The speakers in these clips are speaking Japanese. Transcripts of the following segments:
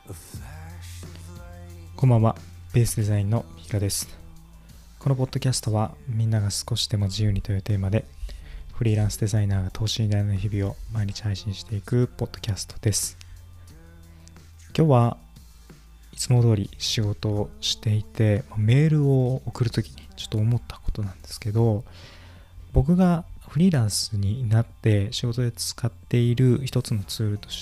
こんばんは。ベースデザインのヒカです。このポッドキャストはみんなが少しでも自由にというテーマでフリーランスデザイナーが等身大の日々を毎日配信していくポッドキャストです。今日はいつも通り仕事をしていてメールを送るときにちょっと思ったことなんですけど、僕がフリーランスになって仕事で使っている一つのツールとして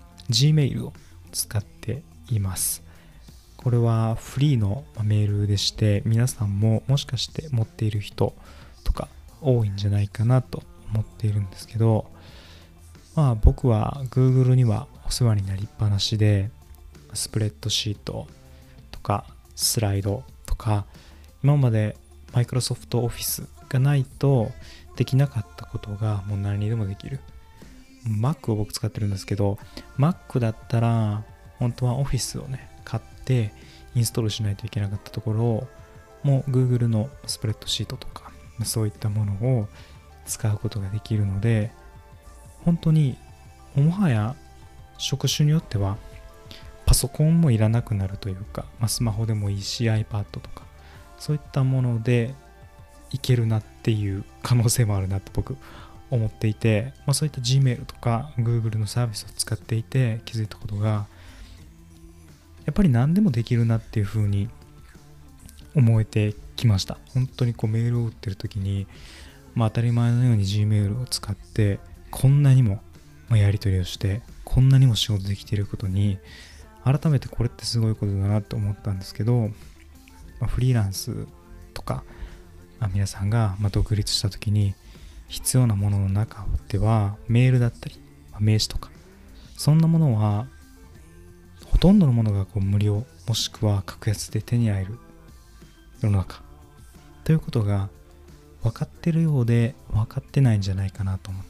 Gmail を使っています。これはフリーのメールでして、皆さんももしかして持っている人とか多いんじゃないかなと思っているんですけど、僕は Google にはお世話になりっぱなしで、スプレッドシートとかスライドとか、今まで Microsoft Office がないとできなかったことがもう何にでもできる。Mac を僕使ってるんですけど、Mac だったら本当は Office をね買ってインストールしないといけなかったところを、もう Google のスプレッドシートとかそういったものを使うことができるので、本当にもはや職種によってはパソコンもいらなくなるというか、スマホでもいいし iPad とかそういったものでいけるなっていう可能性もあるなと僕思っていて、そういった Gmail とか Google のサービスを使っていて気づいたことが、やっぱり何でもできるなっていう風に思えてきました。本当にメールを打ってる時に、当たり前のように Gmail を使ってこんなにもやり取りをしてこんなにも仕事できていることに、改めてこれってすごいことだなと思ったんですけど、フリーランスとか、皆さんが独立した時に必要なものの中ではメールだったり名刺とか、そんなものはほとんどのものが無料もしくは格安で手に入る世の中ということが分かってるようで分かってないんじゃないかなと思って、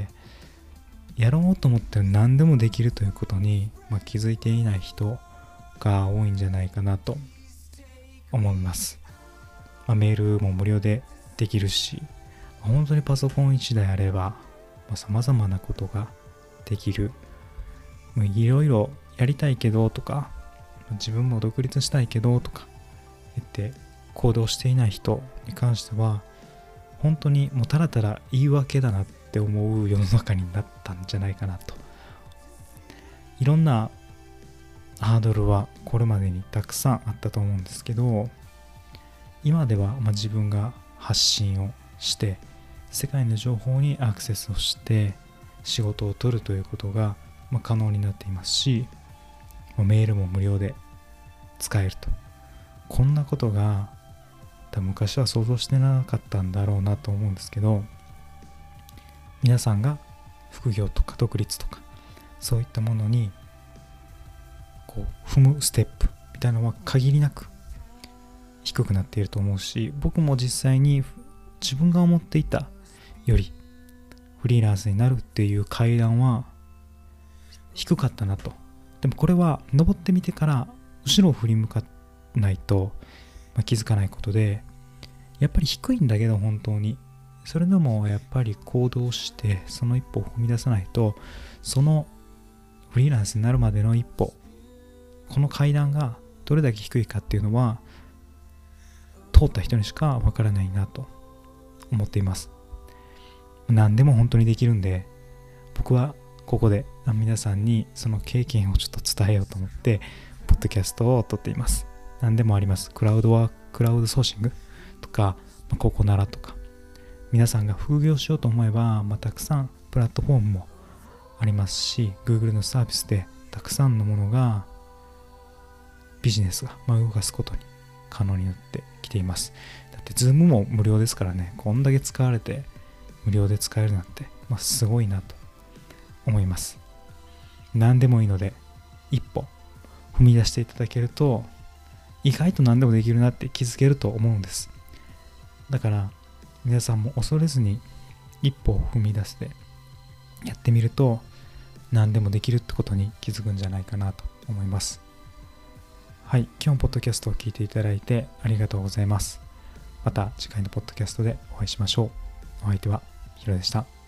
やろうと思って何でもできるということに、気づいていない人が多いんじゃないかなと思います。メールも無料でできるし、本当にパソコン1台あれば様々なことができる。いろいろやりたいけどとか、自分も独立したいけどとか言って行動していない人に関しては、本当にただただ言い訳だなって思う世の中になったんじゃないかなと。いろんなハードルはこれまでにたくさんあったと思うんですけど、今では自分が発信をして世界の情報にアクセスをして仕事を取るということが可能になっていますし、メールも無料で使えると。こんなことが昔は想像してなかったんだろうなと思うんですけど、皆さんが副業とか独立とかそういったものに踏むステップみたいなのは限りなく低くなっていると思うし、僕も実際に自分が思っていたよりフリーランスになるっていう階段は低かったなと。でもこれは登ってみてから後ろを振り向かないと気づかないことで、やっぱり低いんだけど本当にそれでもやっぱり行動してその一歩を踏み出さないと、そのフリーランスになるまでの一歩、この階段がどれだけ低いかっていうのは通った人にしかわからないなと思っています。何でも本当にできるんで、僕はここで皆さんにその経験をちょっと伝えようと思ってポッドキャストを撮っています。何でもあります。クラウドソーシングとかココナラとか、皆さんが副業しようと思えばたくさんプラットフォームもありますし、 Google のサービスでたくさんのものがビジネスが動かすことに可能になってきています。だって Zoom も無料ですからね。こんだけ使われて無料で使えるなんてすごいなと思います。何でもいいので一歩踏み出していただけると、意外と何でもできるなって気づけると思うんです。だから皆さんも恐れずに一歩を踏み出してやってみると、何でもできるってことに気づくんじゃないかなと思います。はい、今日もポッドキャストを聞いていただいてありがとうございます。また次回のポッドキャストでお会いしましょう。お相手はヒロでした。